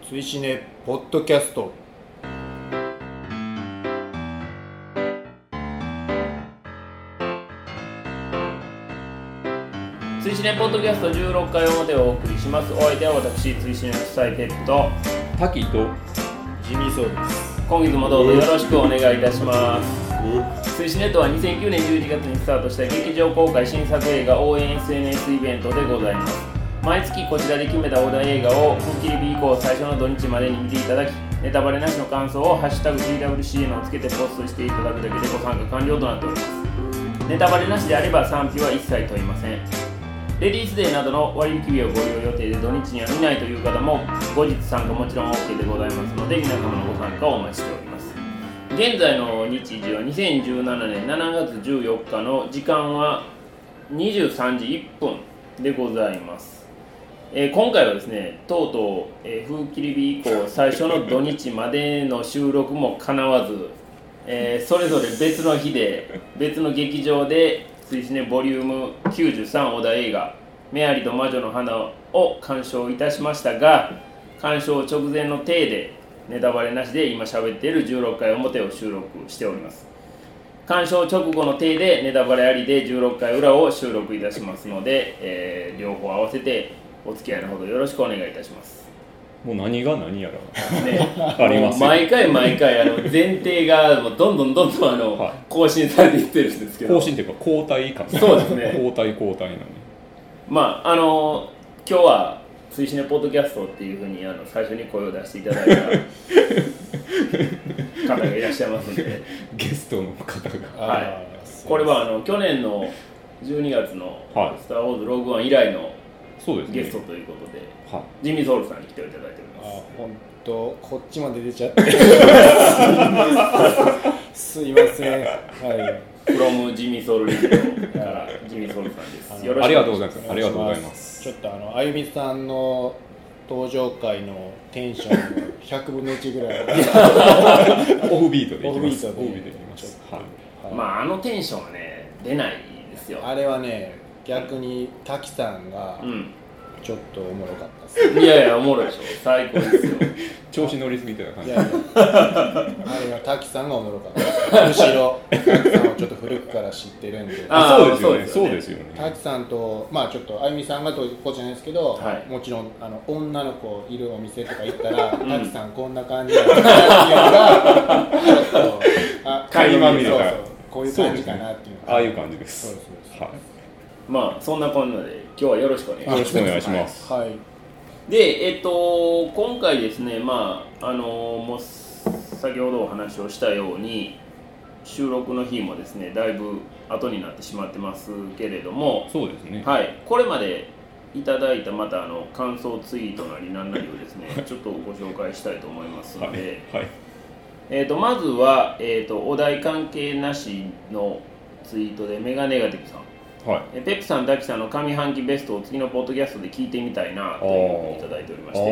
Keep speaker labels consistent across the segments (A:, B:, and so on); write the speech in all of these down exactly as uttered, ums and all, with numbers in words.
A: 追試ねポッドキャスト。
B: 追試ねポッドキャストじゅうろっかい表をお送りします。お相手は私、追試ねの主催ペット
C: 滝と
A: ジミーソウです。
B: 今月もどうぞよろしくお願いいたします。追試ねとはにせんきゅうねんじゅういちがつにスタートした劇場公開新作映画応援 エスエヌエス イベントでございます。毎月こちらで決めたお題映画を風切り日以降最初の土日までに見ていただき、ネタバレなしの感想をハッシュタグ ティーダブリューシーエヌ をつけてポストしていただくだけでご参加完了となっております。ネタバレなしであれば賛否は一切問いません。レディースデーなどの割引日をご利用予定で土日には見ないという方も後日参加もちろん OK でございますので、皆様のご参加をお待ちしております。現在の日時はにせんじゅうななねんしちがつじゅうよっかの時間はにじゅうさんじいっぷんでございます。えー、今回はですね、とうとう、えー、風切り日以降最初の土日までの収録もかなわず、えー、それぞれ別の日で別の劇場で追試ねボリュームきゅうじゅうさんお題映画メアリと魔女の花を鑑賞いたしましたが、鑑賞直前の体でネタバレなしで今喋っているじゅうろっかい表を収録しております。鑑賞直後の体でネタバレありでじゅうろっかい裏を収録いたしますので、えー、両方合わせてお付き合いのほどよろしくお願いいたします。
C: もう何が何やら、
B: ね、
C: ありますよ。
B: 毎回毎回あの前提がもうどんどんどんどんあの、はい、更新されていってるんですけど、
C: 更新っていうか交代感、
B: そうですね、
C: 交代交代なんで、
B: まああの今日は追試ねポッドキャストっていうふうにあの最初に声を出していただいた方がいらっしゃいますので
C: ゲストの方が、
B: はい、これはあの去年のじゅうにがつのスターウォーズローグワン以来の
C: そうですね、
B: ゲストということで、
C: はい、
B: ジミー・ソウルさんに来ていただいております。
A: あ、本当こっちまで出ちゃってすいません。はい。
B: from ジミー・ソウルリジョンからジミー・ソウルさんです。
C: よろしくお願いします。ありがとうございます。ありがとうございます。
A: ちょっとあのあゆみさんの登場回のテンションのひゃくぶんのいちぐらい
C: オフビートでいきます。
A: オフビートで
C: オフビートでいきます。はい
B: はい、まああのテンションはね出ないですよ。
A: あれはね逆に滝さんがちょっとおもろかったです、
B: ね、うん、いやいやおもろいでしょ、最高ですよ
C: 調子乗りすぎたような感じ。
A: いやいやあれは滝さんがおもろかったむしろ滝さんをちょっと古くから知ってるんで
C: あそうですよね、そうですよね。
A: 滝さんとまあちょっとあゆみさんがということじゃないですけど、はい、もちろんあの女の子いるお店とか行ったら、うん、滝さんこんな感じなんだなっていうのがちょっとあ
C: 垣間見るから、
A: こういう感じかなっていう、
C: ああいう感じです。
A: そうですそうです、はい、
B: まあそんなこんなで今日はよろしくお願いします。
C: よろしくお願いします。
A: はい。
B: で、えっと今回ですね、まああのもう先ほどお話をしたように収録の日もですねだいぶ後になってしまってますけれども、
C: そうですね。
B: はい。これまでいただいたまたあの感想ツイートなりなんなりをですねちょっとご紹介したいと思いますので、
C: はい。はい、
B: えっとまずはえっとお題関係なしのツイートでメガネガティブさん。はい、ペップさん、ダキさんの上半期ベストを次のポッドキャストで聞いてみたいなというふうにいただいておりまして、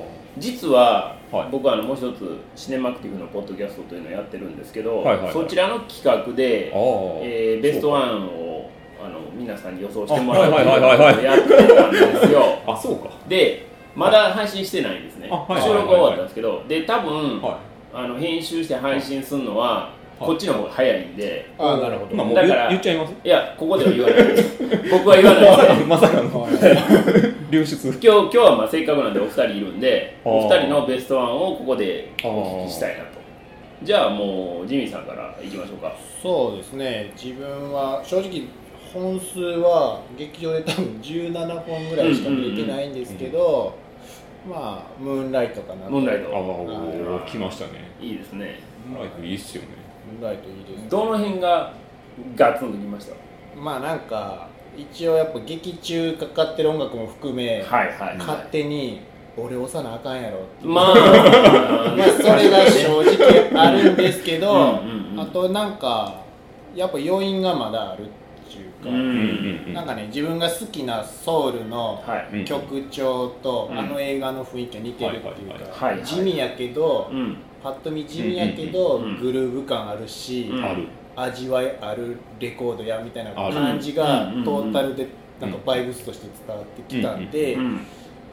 B: 実は、はい、僕はあのもう一つシネマクティブのポッドキャストというのをやってるんですけど、はいはいはい、そちらの企画で、えー、ベストワンをあの皆さんに予想してもらうというのをやってたんですよ。
C: あ、そうか。
B: で、まだ配信してないんですね。はい、収録は終わったんですけど、で多分、はい、あの編集して配信するのはこっちの方が早いんで、
A: ああなるほど。
C: まあ、もうだから言っちゃいます。
B: いやここでは言わないです。僕は言わないです。
C: まさかの流出。
B: 今日今日はまあせっかくなんでお二人いるんで、お二人のベストワンをここでお聞きしたいなと。じゃあもうジミーさんからいきましょうか。
A: そうですね。自分は正直本数は劇場で多分じゅうななほんぐらいしか見れてないんですけど、まあムーンライトかなと。
B: ムーンライト。
C: ああ来ましたね。
B: いいですね。
C: ムーンライトいいっすよね。
A: ライトいいです、ね、
B: どの辺がガツンときました？
A: まあなんか一応やっぱ劇中かかってる音楽も含め、はいはいはい、勝手に俺押さなあかんやろってまあまあそれが正直あるんですけどうんうん、うん、あとなんかやっぱ余韻がまだあるっていうか、うんうんうん、なんかね自分が好きなソウルの曲調と、はい、あの映画の雰囲気が似てるっていうか、はいはいはい、地味やけど、うん、パッと見地味やけど、うんうんうん、グルーヴ感あるし、うん、味わいあるレコードやみたいな感じがトータルでなんかバイブスとして伝わってきたんで、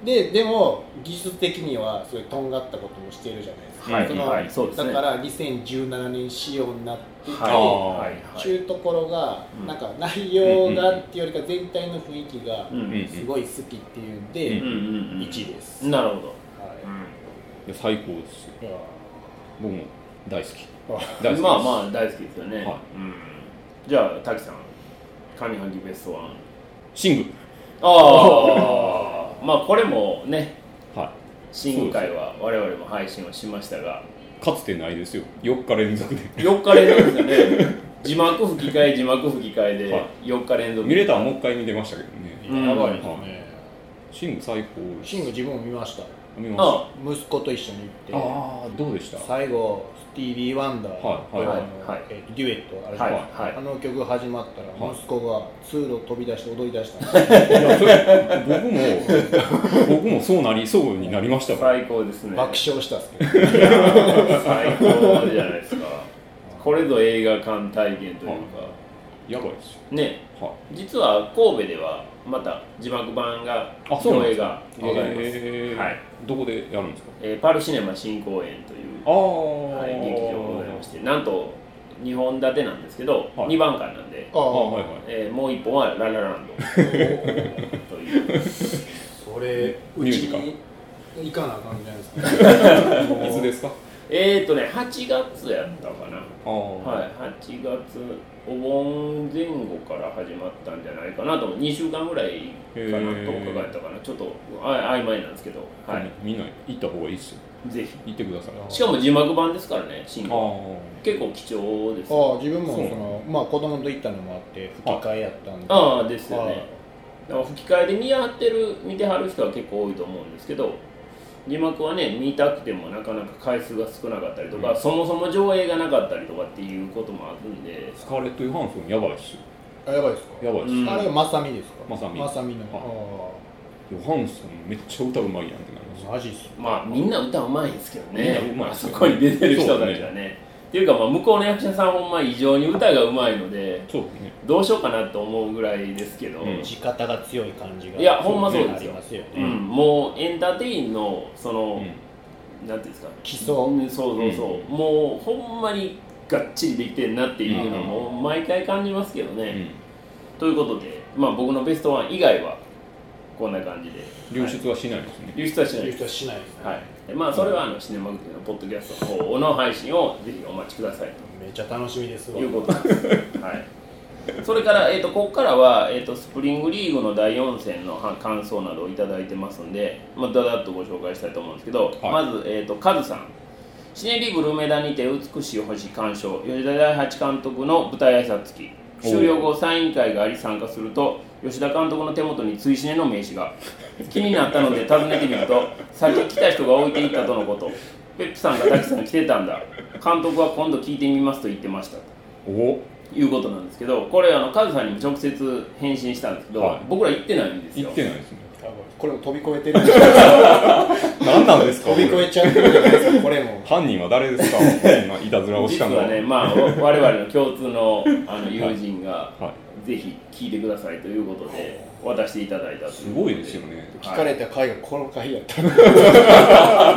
A: ででも技術的にはすごいとんがったこともしてるじゃないですか、
B: はい
A: その
B: はいそうですね、
A: だからにせんじゅうななねん仕様になってて、
B: はいはい
A: ちゅうところが、
B: うん
A: なんか内容がっていうよりか全体の雰囲気が
B: うん
A: すごい好きっていうんで、
B: うんうんうん、
A: いちいです。
B: なるほど、はい、
C: いや最高ですよ。僕も大好き。
A: あ
C: 大好きです。
B: まあまあ大好きですよね、
C: はい、
B: うん、じゃあ滝さん上半期ベストワン
C: シング。
B: ああまあこれもね、
C: はい、
B: シング会は我々も配信をしましたが
C: かつてないですよ。よっか連続で
B: よっか連続ですよね字幕吹き替え字幕吹き替えでよっか連続、
C: 見れたらもう一回見てましたけどね。
B: うん、
A: やばいですね、
C: はい、シング最高です。
A: シング自分も見ました。
C: 見ました。
A: 息子と一緒に行って、
C: ああどうでした？
A: 最後スティービー・ワンダーと、
C: はいはい
B: はい
A: えー、デュエットあるじゃないですか、
B: はいはい、
A: あの曲始まったら、はい、息子が通路を飛び出して踊り出したん
C: ですいやそれ僕も僕もそうなりそうになりましたから
B: 最高ですね。
A: 爆笑したんですけど
B: 最高じゃないですかこれぞ映画館体験というか、
C: やばいですよ
B: ね、
C: はい、
B: 実は神戸ではまた字幕版が上映がございます。はい、
C: どこでやるんですか？
B: えー、パルシネマ新公園という、
C: あ、
B: はい、劇場がございまして、なんとにほん立てなんですけど、はい、にばんかんなんで、
A: あ、はいはい、
B: えー、もういっぽんはララランドという
A: それうちに行かなあかんじゃないですか
C: いつですか？
B: えーとねはちがつやったかな、
C: あ、
B: はい、はちがつお盆前後から始まったんじゃないかなと思う。にしゅうかんぐらいかな、とおかかやったかな、ちょっとあ曖昧なんですけど、はい、
C: みんな行った方がいいっすよ。
B: ぜひ
C: 行ってください。
B: しかも字幕版ですからね、シング結構貴重です。
A: ああ、自分もそのまあ子供と行ったのもあって吹き替えやったんで、
B: ああですよね。だから吹き替えで見合ってる見てはる人は結構多いと思うんですけど、字幕はね見たくてもなかなか回数が少なかったりとか、うん、そもそも上映がなかったりとかっていうこともあるんで。
C: スカーレット・ヨハンソンやばいっすよ。
A: あ、やばいですか？
C: やばいっす、
A: うん、あれはマサミですか？
C: マサミ
A: マサミの、
C: ヨハンソンめっちゃ歌うまいやんってなります。
A: マジっす。
B: まあみんな歌うまいですけどね、
C: みんなうまいっすよね、
B: あそこに出てる人たちはね。っていうかまあ向こうの役者さんほんま異常に歌がうまいので、
C: そうね、
B: どうしようかなと思うぐらいですけど、
A: 打ち方が強い感じが、
B: いやほんまそうですよ。
A: ますよね、
B: うん、もうエンターテインのその、うん、なんていうんですか、
A: 基礎、
B: そうそうそう、うん、もうほんまにがっちりできてるなっていうのも毎回感じますけどね、うん、ということで、まあ、僕のベストワン以外はこんな感じで
C: 流出はしないですね。
B: 流出はしない
A: 流出はしないですね。
B: はい。まあそれはあのシネマグティのポッドキャストの方の配信をぜひお待ちくださいと。
A: めっちゃ楽しみですわ。
B: いうことです。はい。それからえっとここからはえっとスプリングリーグのだいよん戦の感想などをいただいてますんで、まあだだっとご紹介したいと思うんですけど、はい、まずえっとカズさん。シネリーグルメダにて美しい星鑑賞、吉田大八監督の舞台挨拶付き。終了後サイン会があり参加すると吉田監督の手元に追試ねの名刺が気になったので訪ねてみるとさっき来た人が置いていったとのこと。ペップさんが滝さん来てたんだ、監督は今度聞いてみますと言ってましたということなんですけど、これあのカズさんにも直接返信したんですけど、はい、僕ら行ってないんですよ。
C: 行ってないですね。
A: これも飛び越えてるんじゃないですか。
C: 何なんですか。
A: 飛び越えちゃってるんじゃないですか。これも
C: 犯人は誰ですか。今いたずらをしたのは。
B: 実はね、まあ我々の共通のあの友人が、はいはい、ぜひ聞いてくださいということで渡していただいたという。
C: すごいですよね。
A: 聞かれた回がこの回やった。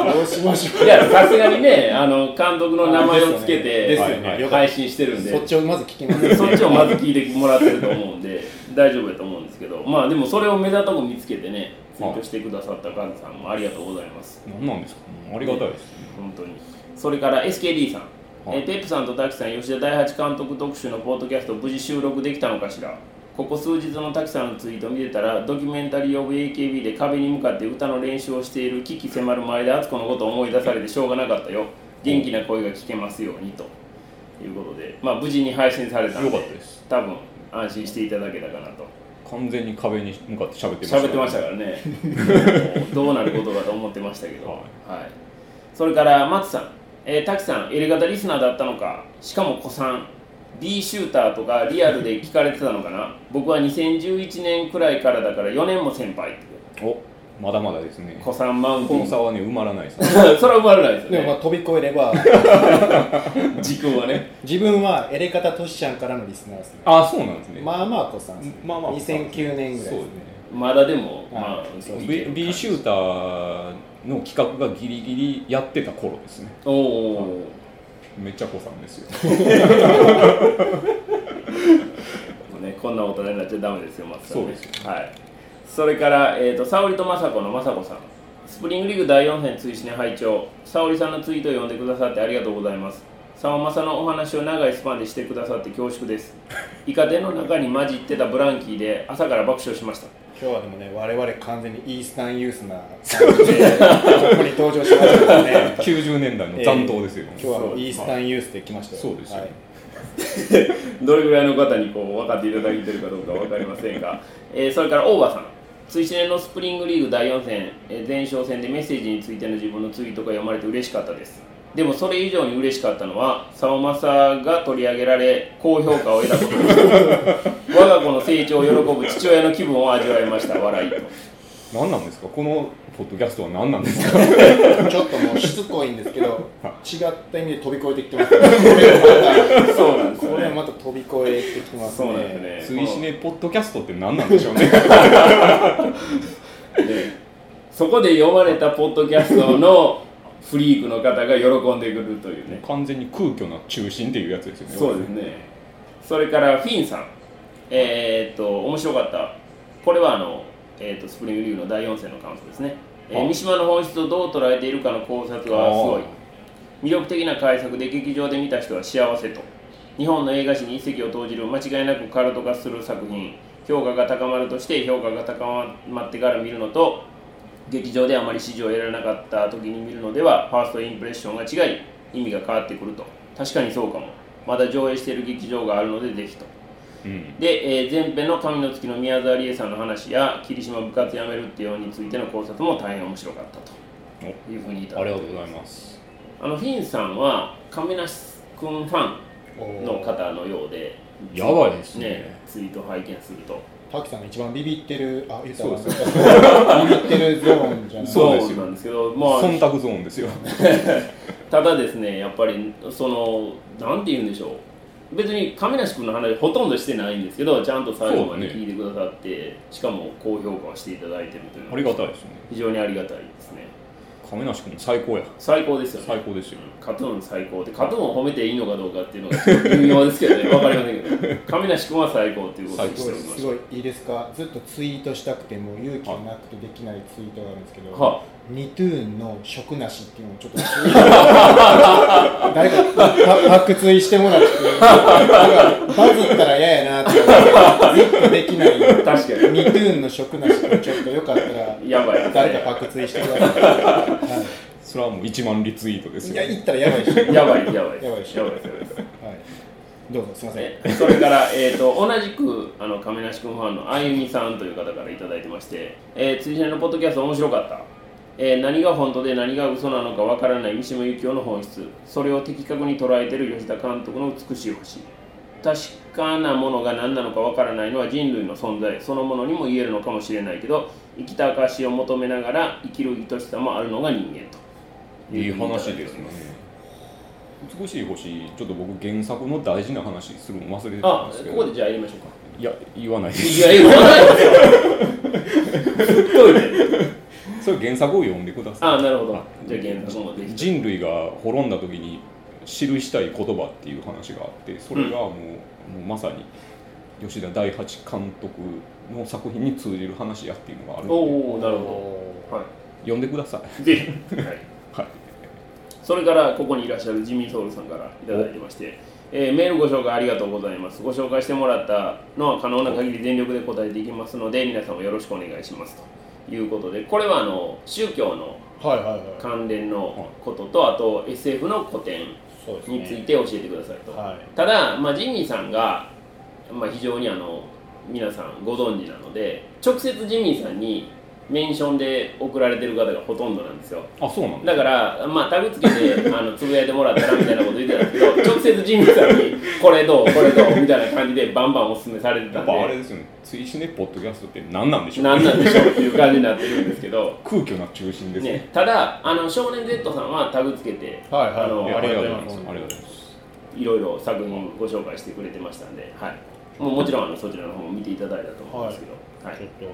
A: どうしましょう。
B: いやさすがにね、あの監督の名前をつけて
A: ですよね、はいはい、
B: 配信してるんで、
A: そっちをまず聞きます、ね。
B: そっちをまず聞いてもらってると思うんで大丈夫やと思うんですけど、まあでもそれを目立たく見つけてね。ツイートしてくださったカズさんもありがとうございます。
C: 何なんですか、ありがたいです、ね、
B: 本当に。それから エスケーディー さん、はい、えー、ペップさんと滝さん、吉田大八監督特集のポッドキャスト無事収録できたのかしら。ここ数日の滝さんのツイートを見てたらドキュメンタリーオブ エーケービー で壁に向かって歌の練習をしている鬼気迫る前田敦子のことを思い出されてしょうがなかったよ。元気な声が聞けますようにということで、まあ、無事に配信されたので、
C: よかったです。
B: 多分安心していただけたかなと。
C: 完全に壁に向かって喋ってました、
B: ね、喋ってましたからねどうなることかと思ってましたけど、はいはい、それから松さん、えー、滝さんエレガタリスナーだったのか、しかも子さん B シューターとかリアルで聞かれてたのかな。僕はにせんじゅういちねんくらいからだからよねんも先輩って。
C: お、まだまだですね。
B: 子さんマウンテン。
C: この差はね埋まらないです、
B: ね、それは埋まらないですよね。
A: でもまあ飛び越えれば
B: 時空はね。
A: 自分はエレカタトシちゃんからのリスナーですね。
C: ああ、そうなんですね。
A: まあまあ子さんですね。
C: まあまあ
A: にせんきゅうねんぐらいですね。
B: まだでも、
C: まあ、B, B シューターの企画がギリギリやってた頃ですね。
B: おお、
C: めっちゃ子さんですよ
B: ね、こんな大人になっちゃダメですよ、松さん、ね、
C: そうですよ、
B: はい。それから、えーと、沙織と雅子の雅子さん、スプリングリーグだいよん戦追試ね拝聴。沙織さんのツイートを読んでくださってありがとうございます。沢正のお話を長いスパンでしてくださって恐縮です。イカ天の中に混じってたブランキーで朝から爆笑しました。
A: 今日はでもね、我々完全にイースタンユースな感じでここに登場しましたね
C: きゅうじゅうねんだいの残党ですよ、
A: えー、今日はイースタンユースで来ましたよ。
C: そうですよ、はい、
B: どれぐらいの方にこう分かっていただいているかどうか分かりませんが、えー、それから大場さん、追試年のスプリングリーグだいよん戦、えー、前哨戦でメッセージについての自分のツイートが読まれて嬉しかったです。でもそれ以上に嬉しかったのは沢正が取り上げられ高評価を得たことです我が子の成長を喜ぶ父親の気分を味わいました。笑いと。
C: 何なんですかこのポッドキャストは。何なんですか
A: ちょっともうしつこいんですけど違った意味で飛び越えてきてますねそうなんですね、これはまた飛び越えてきてますね。そうなんです
C: ね。追試ねポッドキャストって何なんでしょうね
B: でそこで読まれたポッドキャストのフリークの方が喜んでくるというね、
C: 完全に空虚な中心っていうやつですよね。
B: そうですね。それからフィンさん、えー、っと面白かった、これはあの、えー、っとスプリングリーグのだいよん戦の感想ですね。えー、三島の本質をどう捉えているかの考察はすごい魅力的な解釈で劇場で見た人は幸せと。日本の映画史に一石を投じる間違いなくカルト化する作品、評価が高まるとして評価が高まってから見るのと劇場であまり支持を得られなかった時に見るのではファーストインプレッションが違い意味が変わってくると。確かにそうかも。まだ上映している劇場があるのでぜひと、うん、で、えー、前編の神の月の宮沢りえさんの話や霧島部活やめるっていうについての考察も大変面白かったというふうに言った。
C: ありがとうございます。
B: あのフィンさんは亀梨君ファンの方のようで、
C: やばいですね、
B: ね、ツイートを拝見すると
A: 滝さんが一番ビビってる、あ、言ったらビビってるゾーンじゃない。
B: そうなんですけど、まあ、
C: 忖度ゾーンですよ
B: ただですね、やっぱりそのなんて言うんでしょう、別に亀梨君の話ほとんどしてないんですけど、ちゃんと最後まで聞いてくださって、ね、しかも高評価をしていただいているというのは
C: ありがたいですね。
B: 非常にありがたいですね。
C: 亀梨君最高や。
B: 最高ですよね。
C: 最高ですよ。
B: カトゥーン最高で、カトゥーンを褒めていいのかどうかっていうのが微妙ですけどね、分かりませんけど、亀梨君は最高っていうことにしておりました。
A: すごいいいですか、ずっとツイートしたくても勇気がなくてできないツイートがあるんですけど、はあ、ニトゥーンの食なしっていうのをちょっと誰か発掘してもらって、バズったら嫌やなってずっとできない。
B: 確かに
A: ニトゥーンの食なしってちょっとよかったら
B: やばい、
A: 誰か発掘してください、はい、
C: それはもういちまんリツイートですよ。
A: いや、言ったらやばいし
B: やばいやばい
A: やばいし
B: やばいですやばいです、
A: はい、どうぞすいません。
B: それから、えー、と同じくあの亀梨君ファンのあゆみさんという方からいただいてまして、えー、追試のポッドキャスト面白かった、えー、何が本当で何が嘘なのかわからない三島由紀夫の本質、それを的確に捉えている吉田監督の美しい星、確かなものが何なのかわからないのは人類の存在そのものにも言えるのかもしれないけど、生きた証を求めながら生きる愛しさもあるのが人間と。
C: いい話ですね。美しい星、ちょっと僕原作の大事な話するの忘れてたんですけど、
B: あ、ここでじゃあやりましょうか。
C: いや、言わないです。
B: いや、言わないですよ太いね。
C: それ原作を読んでください。
B: あ、なるほど。じゃあ原作もぜひ。
C: 人類が滅んだ時に記したい言葉っていう話があって、それがもう、うん、もうまさに吉田大八監督の作品に通じる話やっていうのがあるので、
B: おお、なるほど、はい、
C: 読んでください。
B: ぜひ、はいはい、それからここにいらっしゃるジミーソウルさんからいただいてまして、えー、メールご紹介ありがとうございます。ご紹介してもらったのは可能な限り全力で答えていきますので皆さんもよろしくお願いしますということで、これはあの宗教の関連のことと、あと エスエフ の古典について教えてくださいと、はい、ただ、まあ、ジミーさんが、まあ、非常にあの皆さんご存知なので、直接ジミーさんにメンションで送られてる方がほとんどなんですよ。
C: あ、そうなんだ。
B: だから、まあ、タグつけてあのつぶやいてもらったらみたいなこと言ってたんですけど、直接ジミーさんにこれどうこれどうみたいな感じでバンバンおすすめされてたんで、
C: やっぱあれですよね、追試ねポッドキャストって何なんでしょう、
B: 何なんでしょうっていう感じになってるんですけど
C: 空虚な中心ですね。
B: ね、ただあの少年 Z さんはタグつけて、
A: はいはい、
C: あのありがとうございます。ありがとうございます。
B: いろいろ作品ご紹介してくれてましたんで、はい、もうもちろんあのそちらの方も見ていただいたと思うんですけど、はいはい、
A: ちょっと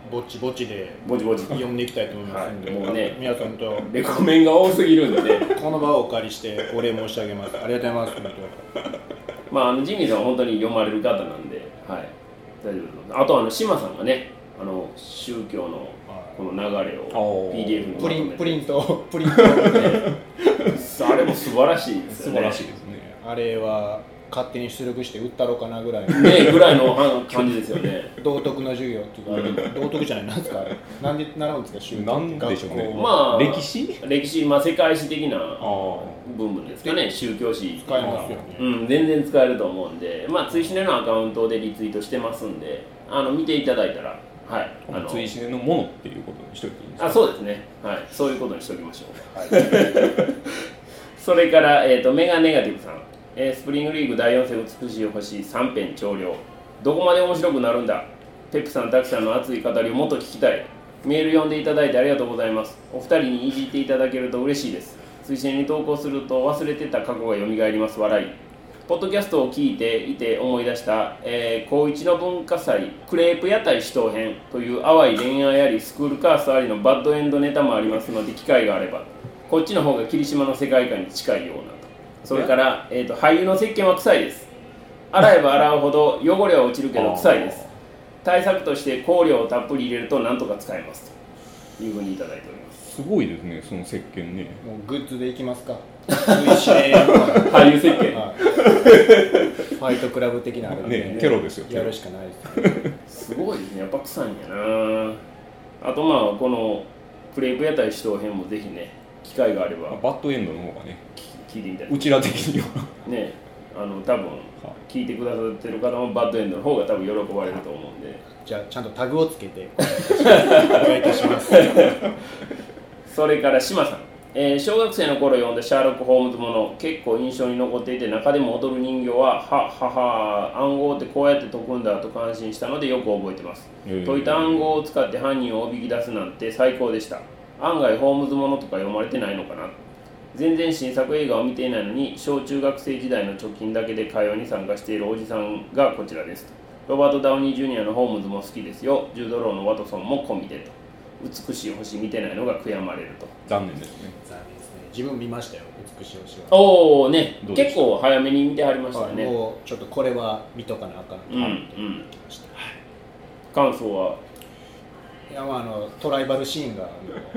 A: ぼちぼちで
B: ぼちぼち
A: 読んでいきたいと思いますんで、
B: はい、もうね
A: 皆さんと
B: レコメンが多すぎるんで
A: この場をお借りしてお礼申し上げます。ありがとうございます。
B: まあ、あのジミーさんは本当に読まれる方なんで、はい、大丈夫です。あとあの島さんがね、あの宗教のこの流れを ピーディーエフ にまとめて
A: プリントプリント
B: あれも素晴らしいですよね。
C: 素晴らしいですね。
A: あれは勝手に出力して売ったろうかなぐらいの
B: ねぐらいの感じですよね。
A: 道徳の授業っていうか、道徳じゃない、なんですかあれ、なんで習うんですか、宗教
C: なんでしょうね。
B: まあ
C: 歴史
B: 歴史、まあ世界史的な部分ですかね。宗教史
A: 使えますよね。
B: うん、全然使えると思うんで、まあ追試ねのアカウントでリツイートしてますんで、あの見ていただいたら、はい、あの
C: 追試ねのものっていうことにしといていいんですか。
B: あ、そうですね、はい、そういうことにしておきましょう。はい、それから、えーと、メガネガティブさん、えー、スプリングリーグだいよん戦美しい星さん編長領、どこまで面白くなるんだ、ペップさん、タクさんの熱い語りをもっと聞きたい。メール読んでいただいてありがとうございます。お二人にいじっていただけると嬉しいです。推薦に投稿すると忘れてた過去が蘇ります。笑い。ポッドキャストを聞いていて思い出した、えー、高一の文化祭クレープ屋台死闘編という淡い恋愛ありスクールカーストありのバッドエンドネタもありますので、機会があればこっちの方が霧島の世界観に近いようなと。それから、えー、と俳優の石鹸は臭いです。洗えば洗うほど汚れは落ちるけど臭いです。対策として香料をたっぷり入れるとなんとか使えますというふうにいただいております。
C: すごいですね、その石鹸ね。
A: もうグッズでいきますか。俳
B: 優石鹸、
A: はい、ファイトクラブ的なあれ
C: ね、ねテロですよ。
A: やるしかないですね。
B: すごいですね、やっぱ臭いんやな。あとまあこのクレープ屋台死闘編もぜひね、機会があれば
C: バッドエンドの方がね
B: 聞いてみたい。
C: うちら的には
B: ね、あの多分聞いてくださってる方もバッドエンドの方が多分喜ばれると思うんで、
A: じゃあちゃんとタグをつけてお願いいたします。
B: それから島さん、えー、小学生の頃読んだシャーロック・ホームズもの結構印象に残っていて、中でも踊る人形はははは暗号ってこうやって解くんだと感心したのでよく覚えてます。解いた暗号を使って犯人をおびき出すなんて最高でした。案外ホームズものとか読まれてないのかな。全然新作映画を見ていないのに小中学生時代の貯金だけで会話に参加しているおじさんがこちらです。ロバート・ダウニー・ジュニアのホームズも好きですよ。ジュード・ローのワトソンも込みでと。美しい星見てないのが悔やまれると。
C: 残念ですね。
A: 残念ですね。自分見ましたよ、美しい星は。
B: おおね、結構早めに見てはりましたね。
A: はい、もうちょっとこれは見とかなあかんと思って見てました。
B: 感想は？
A: いや、まあ、あのトライバルシーンが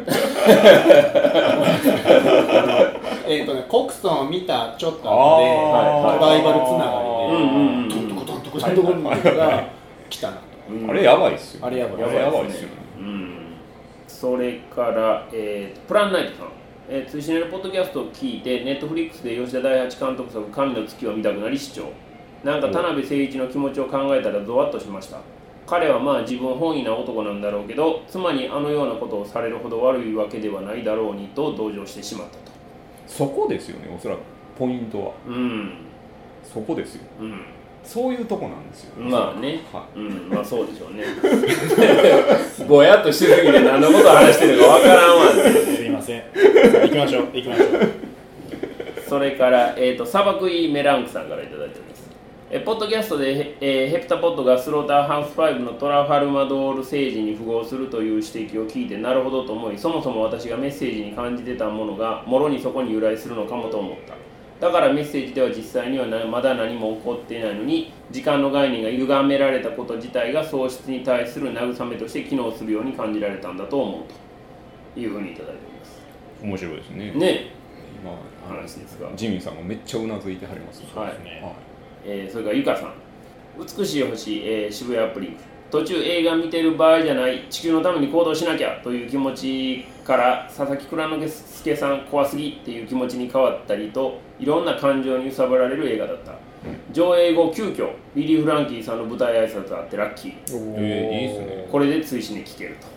A: えっとね、コクソンを見たちょっと後でトライバルつながりでトントコトントコトントコンが来たなと。
C: あれやばいっすよ。
A: あれやばい。
C: やばいっすよね。
B: うん、それから、えー、プランナイトさん、えー、追試ねのポッドキャストを聞いてネットフリックスで吉田大八監督作神の月を見たくなり視聴。なんか田辺誠一の気持ちを考えたらゾワッとしました。彼はまあ自分本位な男なんだろうけど、妻にあのようなことをされるほど悪いわけではないだろうにと同情してしまったと。
C: そこですよね、おそらくポイントは。
B: うん、
C: そこですよ、
B: うん、
C: そういうとこなんですよ、ね、
B: まあね、
C: は
B: い、うん、まあそうでしょうね。ぼやっとしすぎて何のことを話してるかわからんわ。
A: すいません。行きましょう行きましょう。
B: それから、えーと、砂漠イメランクさんからいただいております。えポッドキャストで、えー、ヘプタポッドがスローターハウスファイブのトラファルマドール星人に符合するという指摘を聞いてなるほどと思い、そもそも私がメッセージに感じてたものがもろにそこに由来するのかもと思った。だからメッセージでは実際にはなまだ何も起こっていないのに、時間の概念が歪められたこと自体が喪失に対する慰めとして機能するように感じられたんだと思うというふうにいただいております。
C: 面白いですね。
B: ね、
C: 今
B: 話ですが、
C: ジミーさんがめっちゃうなずいてはりますね。
B: はい、
C: はい、
B: えー、それからゆかさん、美しい星、えー、渋谷アップリンク、途中映画見てる場合じゃない、地球のために行動しなきゃという気持ちから佐々木蔵之介さん怖すぎっていう気持ちに変わったりと、いろんな感情に揺さぶられる映画だった。上映後急遽リリー・フランキーさんの舞台挨拶あってラッキー。
C: えー、いいですね。
B: これで追試ね聞けると。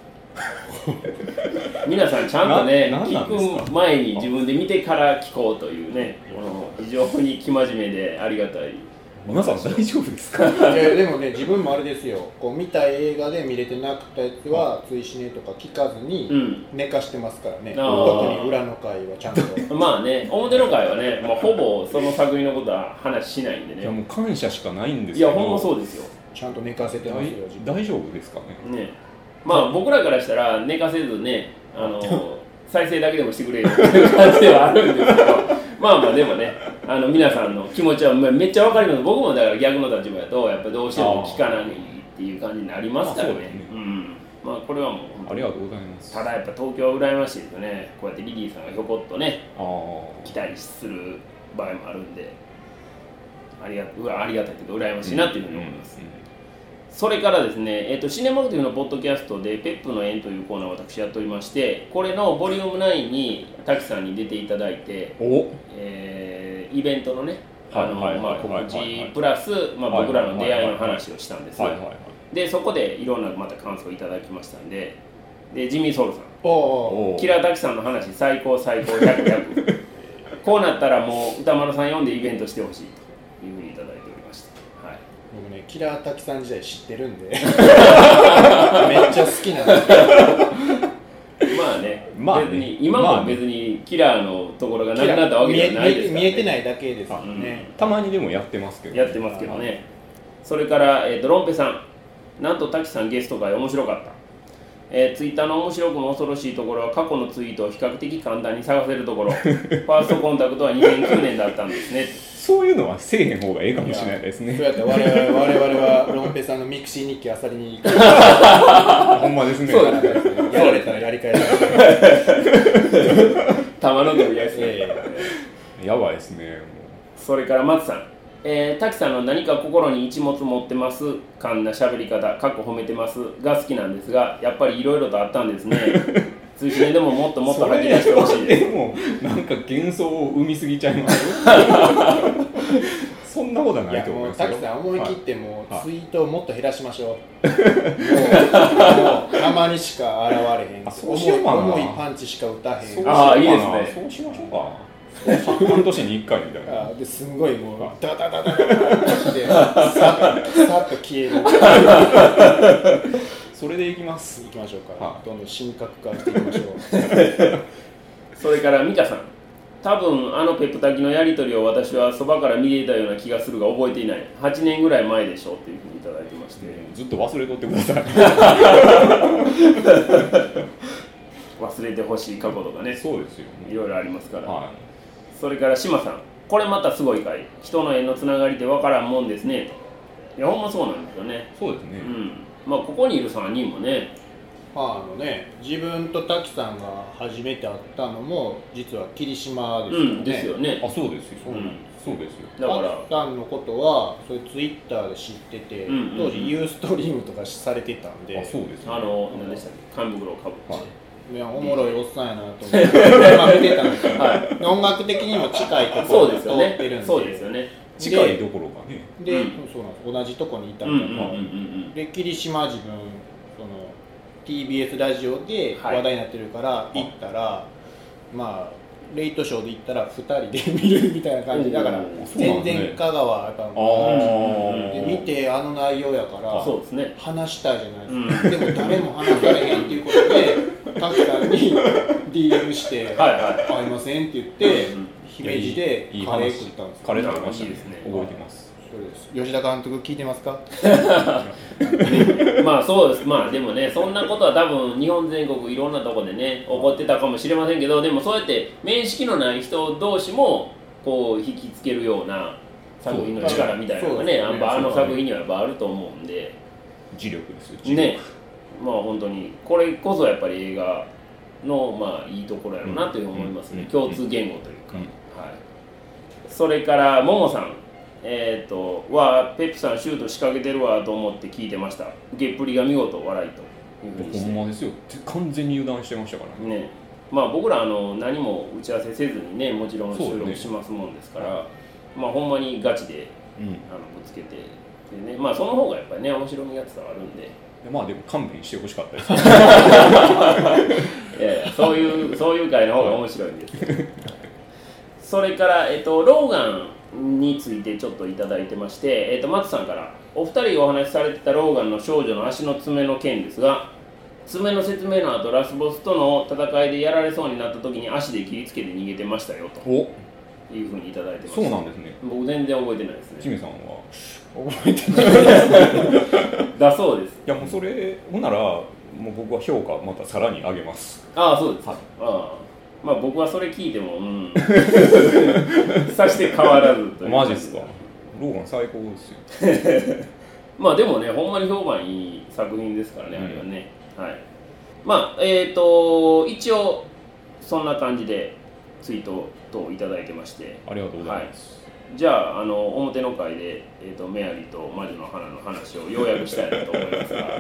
B: 皆さんちゃんとね聞く前に自分で見てから聞こうというね、この非常に生真面目でありがたい。
C: 皆さん大丈夫ですか？
A: いやでもね、自分もあれですよ、こう見た映画で見れてなくたやつは追試ねとか聞かずに寝かしてますからね、うん、特に裏の回はちゃんと
B: まあね、表の回はね、まあ、ほぼその作品のことは話しないんでね。
C: いやもう感謝しかないんですけど。
B: いやほんまそうですよ。
A: ちゃんと寝かせてますよ。
C: 大丈夫ですかね。
B: ね、 まあ僕らからしたら寝かせずね、あの再生だけでもしてくれよっていう感じではあるんですけどまあまあでもね、あの皆さんの気持ちはめっちゃ分かります。僕もだから逆の立場だとやっぱどうしても聞かないっていう感じになりますからね。うん、まあこれはもう
C: ありがとうございます。
B: ただやっぱ東京は羨ましいですよね。こうやってリリーさんがひょこっとね来たりする場合もあるんで、ありがうわありがたいというか羨ましいなっていうふうに思います。うんうんうん、それからですね、えーと、シネマグティブのポッドキャストでペップの縁というコーナーを私やっておりまして、これのボリュームナインに滝さんに出ていただいて、えー、イベントのね、あの告知プラス、まあ、僕らの出会いの話をしたんです。でそこでいろんなまた感想をいただきましたんで、でジミー・ソウルさん、おキラー滝さんの話最高最高ひゃく、ひゃくこうなったらもう歌丸さん読んでイベントしてほしいというふうにいただいておりました。はい、
A: 僕ね、キラー滝さん時代知ってるんでめっちゃ好きなんですけど
B: まあね、まあね、別に今も別にキラーのところがなくなったわけじゃないですからね。
A: 見えてないだけですよね、
C: うん、たまにでもやってますけど、
B: ね、やってますけどね。それから、えーと、ロンペさん、なんと滝さんゲスト会面白かった、えー、ツイッターの面白くも恐ろしいところは過去のツイートを比較的簡単に探せるところファーストコンタクトはにせんきゅうねんだったんですね
C: そういうのはせえへん方がええかもしれないですね。
A: そうやって我々我々はロンペさんのミクシー日記あさりに行く
C: ほんまですね。
A: そうなんですね。やられたらやり返される
B: 玉の取り合いですね。
C: やばいですね。
B: それから松さん、えー、滝さんの何か心に一物持ってますかんな喋り方、かっこ褒めてますが好きなんですが、やっぱりいろいろとあったんですね通信ででももっともっと吐き出してほしいです。
C: でもなんか幻想を生みすぎちゃいますそんなことはないと思いますよ。
A: 滝さん思い切ってもうツイートをもっと減らしましょう、はい、もうもうたまにしか現れへん、
C: そうしようかな、
A: 重いパンチしか打たへん。
B: ああいいですね。
C: そうしましょうか半年にいっかいみたいな。
A: あですんごいもうダダダダダダってさっと消える
C: それでいきます
A: いきましょうか、はい、どんどん神格化していきましょう
B: それから美香さん、多分あのペップ滝のやり取りを私はそばから見ていたような気がするが覚えていない、はちねんぐらい前でしょうっていうふうにいただいてまして、
C: ずっと忘れとってください
B: 忘れてほしい過去とかね、
C: そうですよ、
B: いろいろありますから、はい、それから島さん、これまたすごいかい、人の縁のつながりって分からんもんですねと。いやほんまそうなんですよね。
C: そうですね、
B: うん、まあここにいるさんにんもね、
A: あのね、自分と滝さんが初めて会ったのも実は霧島ですよね。うん、
B: ですよね。
C: あ、そうですよ、うん、そうですよ。
A: だから滝さんのことはそういうツイッターで知ってて、うんうんうん、当時ユーストリームとかされてたんで、
C: あ、そうですね、
B: あの何でしたっけ、缶袋をかぶって、はい、
A: いやおもろいおっさんやなと思って見てたんですよ、はい、音楽的にも近いところに通ってるんで、
B: そうですよね、
C: 近いところがね、
A: で、うん、そうなんです、同じとこにいたんだから、で霧島自分その ティービーエス ラジオで話題になってるから行ったら、はい、まあレイトショーで行ったらふたりで見るみたいな感じだから、全然香川やっぱで見てあの内容やから話したいじゃないですか、うん、でも誰も話されへんっていうことで滝さんに ディーエム して「会いません」って言って姫路でカレー食ったんですよ。
C: カレー食べましたね、覚えてます。
A: 吉田監督聞いてますか
B: まあそうです。まあでもね、そんなことは多分日本全国いろんなところでね起こってたかもしれませんけど、でもそうやって面識のない人同士もこう引きつけるような作品の力みたいなのがね、やっぱあの作品にはやっぱあると思うんで、
C: 磁力ですよ、磁力
B: ね。まあ本当にこれこそやっぱり映画のまあいいところやろうなという思いますね、うん、共通言語というか、うん、はい。それからももさん、えーとはペップさんシュート仕掛けてるわと思って聞いてました。ゲップリが見事笑いというふうにして、
C: ほんまですよ、完全に油断してましたからね。
B: ね、まあ僕らあの何も打ち合わせせずにね、もちろん収録しますもんですから、ね、まあほんまにガチで、うん、あのぶつけてでね、まあその方がやっぱりね面白みが伝わるんで、
C: まあでも勘弁してほしかったです
B: いやいや、そういうそういう回の方が面白いんですそれからえっとローガンについてちょっといただいてまして、えー、と松さんからお二人がお話しされてたローガンの少女の足の爪の件ですが、爪の説明の後ラスボスとの戦いでやられそうになった時に足で切りつけて逃げてましたよというふうにいただいてます。
C: そうなんですね。
B: 僕全然覚えてないですね。
C: キムさんは
A: 覚えてない
B: だそうです。
C: いやもうそれほんならもう僕は評価またさらに上げます。
B: ああそうです、はい、あまあ僕はそれ聞いてもうんさして変わらずという。
C: マジっすか。ローガン最高ですよ
B: まあでもねほんまに評判いい作品ですからね、うん、あれはね。はいまあえっ、ー、と一応そんな感じでツイート等いただいてまして、
C: ありがとうございます、
B: はい、じゃあ、あの表の会で、えー、とメアリーと魔女の花の話を要約したいなと思いますが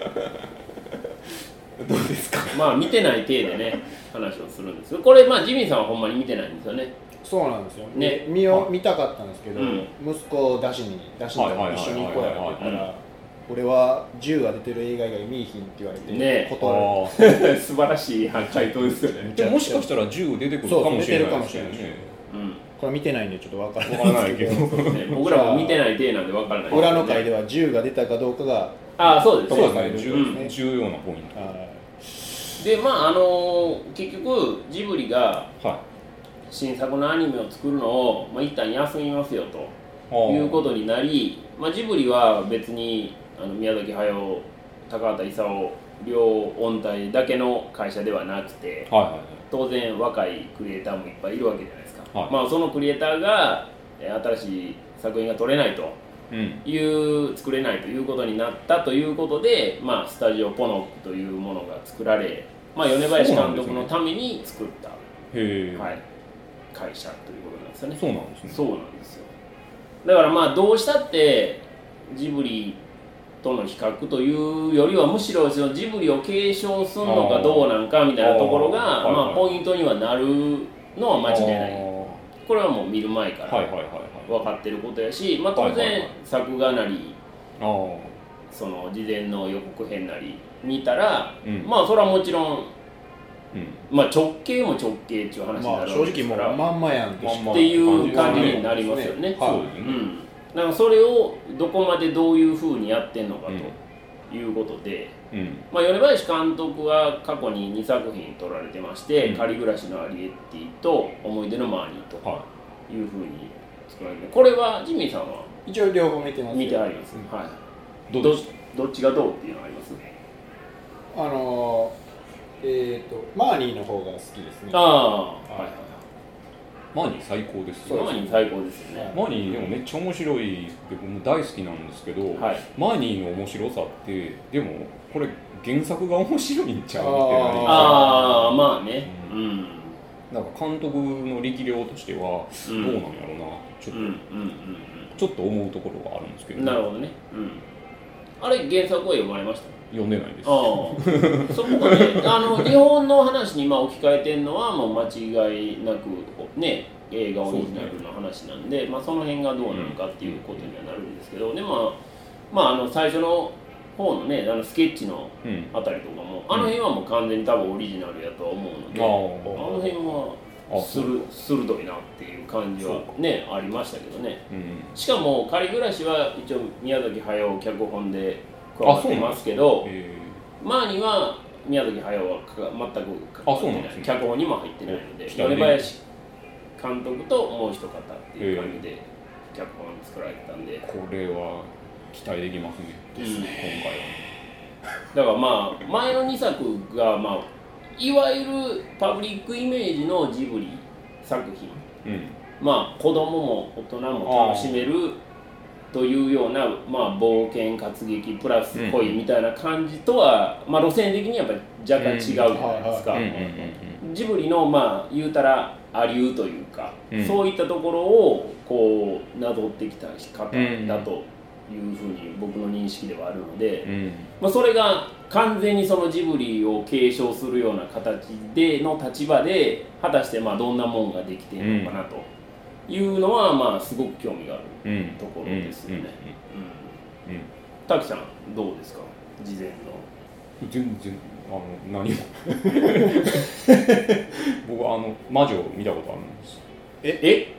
C: どうですか。
B: まあ見てない体でね話をするんですけど、これまあジミーさんはほんまに見てないんですよね。
A: そうなんですよ、
B: ね、
A: 見よ見たかったんですけど、うん、息子を出しに出しに一緒に行こうやって言ったら、俺は銃が出てる映画以外見えひんって言われて、
B: ね、
A: 断
B: る素晴らしい回答ですよね。
C: でもしかしたら銃出てくるかもしれないですよね。
A: これ見てないんでちょっと分からないですけど
B: ね、僕らも見てない体なんで分からない、ね、
A: 裏の回では銃が出たかどうかが
B: あそうです
C: そうですね、うん、重要なポイント、はい、
B: でまああのー、結局ジブリが新作のアニメを作るのを、まあ、一旦休みますよということになり、まあ、ジブリは別にあの宮崎駿、高畑勲両音体だけの会社ではなくて、はいはいはい、当然若いクリエイターもいっぱいいるわけじゃないですか、はいまあ、そのクリエイターが新しい作品が撮れないという、うん、作れないということになったということで、まあ、スタジオポノックというものが作られ、まあ、米林監督のために作った、
C: へ
B: はい、会社ということなんですよね。
C: そうなんですね。
B: そうなんですよ。だからまあどうしたってジブリとの比較というよりはむしろそのジブリを継承するのかどうなんかみたいなところがまあポイントにはなるのは間違いない。これはもう見る前から分かってることやし、まあ、当然作画なりその事前の予告編なり見たら、うん、まあそれはもちろん、うんまあ、直径も直径っていう話になるわけですから、
A: まあ、正直もうまんまやん
B: っていう感じになりますよね。だからそれをどこまでどういうふうにやってんのかということで、うんまあ、米林監督は過去ににさく品撮られてまして「うん、仮暮らしのアリエッティ」と「思い出のマーニー」というふうに作られて、これはジミーさんは
A: 一応両方見てます。
B: 見てあります、うんはい、ど, どっちがどうっていうのはあります？
A: あのー、えっ、ー、とマーニーの方が好きですね。
B: ああ、はいはい
C: マーニー最高です
B: よね。マーニー最高ですよね。
C: マーニーでもめっちゃ面白いって僕も大好きなんですけど、はい、マーニーの面白さってでもこれ原作が面白いんちゃうってなります。
B: ああまあね、うん、うん、
C: なんか監督の力量としてはどうなんやろうな、うん、ちょっと、うんうんうん、ちょっと思うところがあるんですけど、ね、
B: なるほどね、うん、あれ原作は読まれました？
C: 読んでないです。
B: あそこがねあの日本の話に今置き換えてるのはもう間違いなくね映画オリジナルの話なんで、 そ, ね、まあ、その辺がどうなのかっていうことにはなるんですけど、でもまああの最初の方のねあのスケッチのあたりとかも、うん、あの辺はもう完全に多分オリジナルやとは思うので、うん、あの辺はする鋭いなっていう感じはねありましたけどね、うん、しかも仮暮らしは一応宮崎駿脚本で加わってますけど、マーニは宮崎駿は全く関わってない、ね、脚本にも入ってないので、米林監督ともう一方っていう感じで脚本作られてたんで、
C: これは期待できますね、うん、今回は。
B: だからまあ前のにさくが、まあ、いわゆるパブリックイメージのジブリ作品、うん、まあ子供も大人も楽しめるというような、まあ、冒険活劇プラス恋みたいな感じとは、うんまあ、路線的にやっぱり若干違うじゃないですか。ジブリのまあ言うたらアリューというか、うん、そういったところをこうなぞってきた方だというふうに僕の認識ではあるので、うんまあ、それが完全にそのジブリを継承するような形での立場で果たしてまあどんなもんができているのかなというのはまあすごく興味があるところですよね。滝さんどうですか事前の？
C: 全然あの何も僕はあの魔女を見たことあるんです。
B: え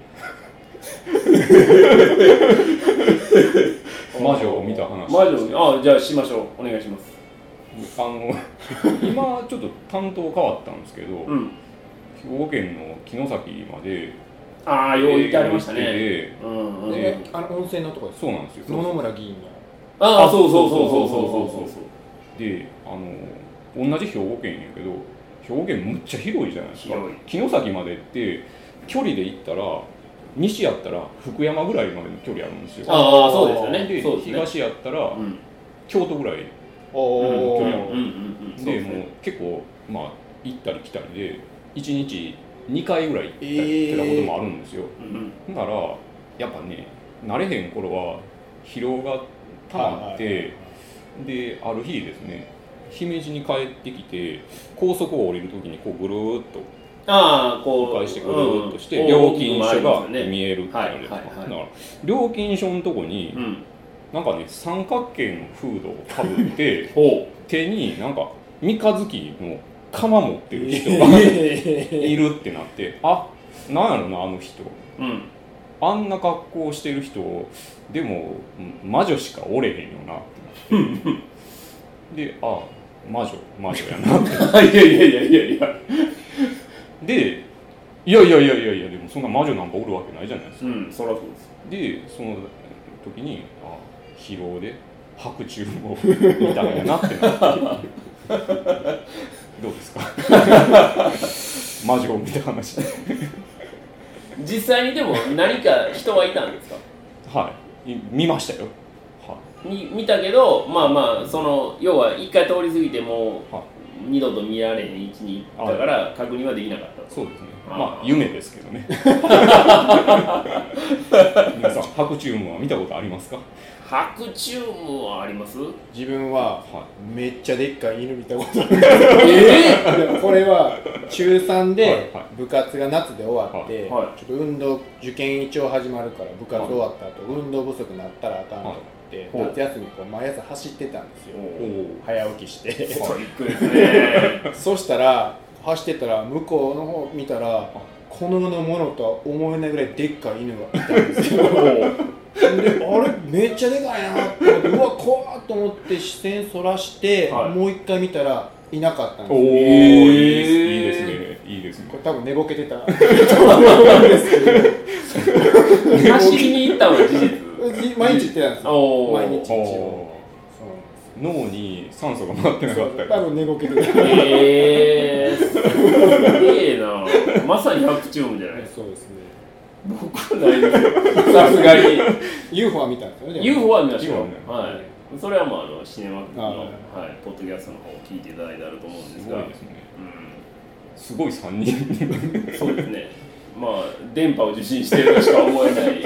C: え魔女を見た話。
B: 魔女あじゃあしましょうお願いします。
C: あの今ちょっと担当変わったんですけど、うん、兵庫県の城崎まで
B: ああよう言ってありましたね。
A: うんうん、であの温泉のとこです。
C: そうなんですよ。
A: 野々村議員の
B: ああそうそうそうそうそうそうそう
C: であの同じ兵庫県やけど兵庫県むっちゃ広いじゃないですか。城崎までって距離で行ったら西やったら福山ぐらいまでの距離あるんですよ。
B: ああそうですよね。
C: で
B: そうですね。
C: 東やったら、うん、京都ぐらいの距離ある。でもう結構まあ行ったり来たりでいちにちにかいぐらい行ったり来たこともあるんですよ。だからやっぱね慣れへん頃は疲労が溜まって、である日ですね姫路に帰ってきて高速を降りるときにこうぐるーっと
B: あこう
C: 迂回してぐるーっとして、うん、料金所が見えるってあるじゃないですか。だから料金所のとこに、うん、なんかね三角形のフードをかぶって手になんか三日月の鎌持ってる人がいるってなってあなんやろなあの人、うん、あんな格好してる人でも魔女しかおれへんよなってなってであ魔女魔女やなって
B: いやいやいやいやいや
C: でいやいやいやいやいやでもそんな魔女なんかおるわけないじゃないですか。
B: うんそらそう
C: ですでその時にあ疲労で白昼を見たんやなってなってどうですか魔女を見た話
B: 実際にでも何か人はいたんです
C: か。はい見ましたよ、は
B: い、見たけどまあまあその要は一回通り過ぎてもう二度と見られへん位置に行ったから確認はできなかった。
C: そうですね。まあ夢ですけどね皆さん白昼夢は見たことありますか。
B: 白昼夢はあります。
A: 自分は、はい、めっちゃでっかい犬見たことあるえー、これは中さんで部活が夏で終わって、はいはい、ちょっと運動受験一応始まるから部活終わった後、はい、運動不足になったらあかんと思って、はい、夏休みこう毎朝走ってたんですよ。早起きして
B: ストイックですね
A: そしたら走ってたら向こうの方見たらこの世のものとは思えないぐらいでっかい犬がいたんですよであれめっちゃでかいなって思ってうわ怖っと思って視線そらして、はい、もう一回見たらいなかったんですよ。おー、
C: えー、いいですねいいですね。
A: これ多分寝ぼけてたと思うんです
B: けど走りに行ったのは事
A: 実毎日行ってたんですよ。毎日一応
C: 脳に酸素が回ってなかったり
A: 多分寝ぼけてた
B: えーすげえなまさに白昼夢じゃないですか。
A: そうですね。
B: 僕はないですさすがに
A: ユーフォー は見たんですよね。
B: ユーフォー は見ましたよ、はい、それはまああのシネマクの、はい、ポッドキャストの方を聞いていただいてあると思うんですが
C: すごいですね、うん、すごいさんにん
B: そうですね。まあ電波を受信しているとしか思えない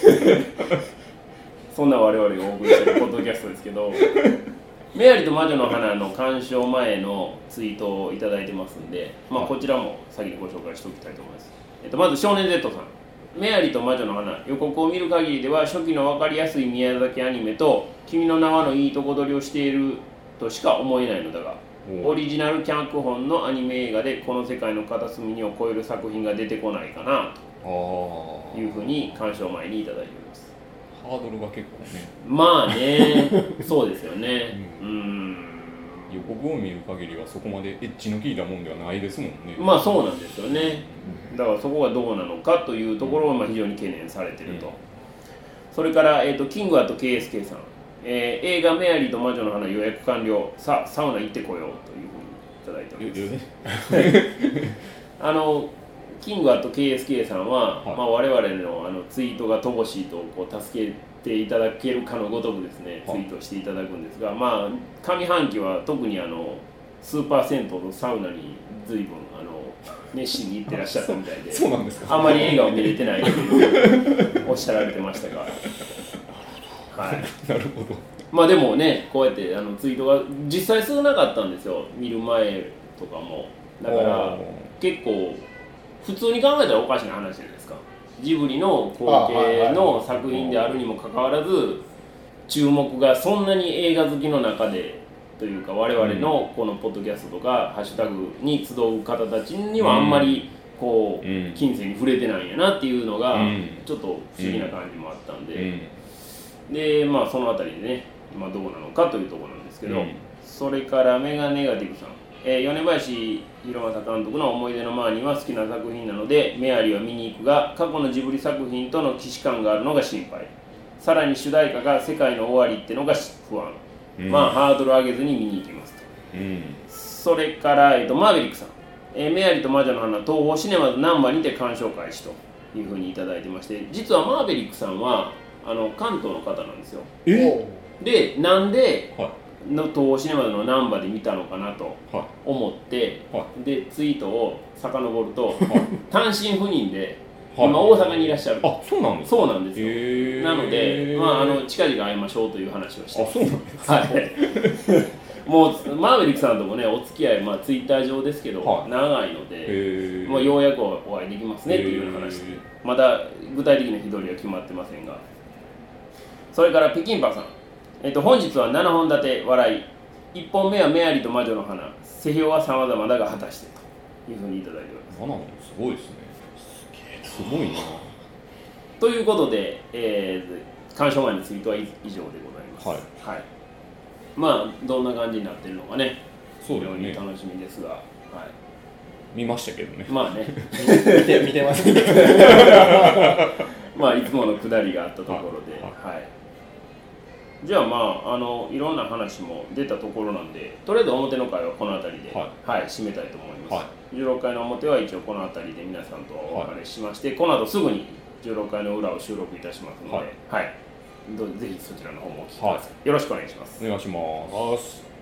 B: そんな我々がお送りしているポッドキャストですけどメアリと魔女の花の鑑賞前のツイートをいただいてますんで、まあ、こちらも先にご紹介しておきたいと思います。えっと、まず少年 Z さん、メアリと魔女の花予告を見る限りでは初期の分かりやすい宮崎アニメと君の名はのいいとこ取りをしているとしか思えないのだが、オリジナル脚本のアニメ映画でこの世界の片隅にを超える作品が出てこないかなというふうに鑑賞前にいただいております。
C: ハードルが結構ね
B: まあねそうですよね、うん、うん
C: 予告を見る限りはそこまでエッジの効いたもんではないですもんね。
B: まあそうなんですよね。だからそこがどうなのかというところをまあ非常に懸念されていると、うん、それから、えーと、キングアット ケーエスケー さん、えー、映画メアリーと魔女の花予約完了、さあサウナ行ってこようというふうにいただいておりますあのキングアット ケーエスケー さんは、はい、まあ、我々 の, あのツイートが乏しいとこう助けていただけるかのごとくですね、ツイートしていただくんですが、まあ上半期は特にあのスーパー銭湯とサウナに随分あの熱心に行ってらっしゃったみたいで
C: そうなんですか。
B: あんまり映画を見れてないというおっしゃられてましたがはい、
C: なるほど。
B: まあでもねこうやってあのツイートが実際少なかったんですよ、見る前とかも。だから結構普通に考えたらおかしな話じゃないですか。ジブリの後継の作品であるにもかかわらず注目がそんなに映画好きの中でというか我々のこのポッドキャストとかハッシュタグに集う方たちにはあんまりこう近世に触れてないんやなっていうのがちょっと不思議な感じもあったんで、でまあそのあたりでね、まあ、どうなのかというところなんですけど、それからメガネガティブさん、えー、米林弘正監督の思い出のマーニーは好きな作品なのでメアリーは見に行くが過去のジブリ作品との既視感があるのが心配、さらに主題歌が世界の終わりってのが不安、うん、まあハードル上げずに見に行きます
C: うん、
B: それから、えー、とマーヴェリックさん、えー、メアリと魔女の花東宝シネマズ難波にて鑑賞開始というふうにいただいてまして、実はマーヴェリックさんはあの関東の方なんですよ。
C: え
B: で、なんで、
C: はい
B: の東宝シネマズの難波で見たのかなと思って、
C: は
B: い、でツイートを遡ると、はい、単身赴任で、
C: はい、
B: 今大阪にいらっしゃる。
C: あ、そうなんですか。
B: そうなんですよ。なので、まあ、あの近々会いましょうという話をしてます。
C: あ、そうなんですか。
B: はいもうマーヴェリックさんともねお付き合い、まあ、ツイッター上ですけど、はい、長いので、もうようやくお会いできますねというような話で、まだ具体的な日取りは決まってませんが、それから北京パーさん、えっと、本日はななほん立て笑い、いっぽんめはメアリと魔女の花、世評は様々だが果たしてというふうにいただいております。
C: ななほんすごいですね。すごいな。
B: ということで、えー、鑑賞前のツイートは以上でございます。
C: はい、
B: はい、まあどんな感じになってるのかね、
C: そうですね、
B: 非常に楽しみですが、はい、
C: 見ましたけどね。
B: まあね
A: 見て見てますね
B: まあいつものくだりがあったところで、はい、はい、じゃあまああのいろんな話も出たところなんで、とりあえず表の会はこの辺りで、はいはい、締めたいと思います。はい、じゅうろっかいの表は一応この辺りで皆さんとお別れしまして、はい、この後すぐにじゅうろっかいの裏を収録いたしますので、はいはい、どうぜひそちらの方もお聞きください。はい、よろしくお願いします。
C: お願いします。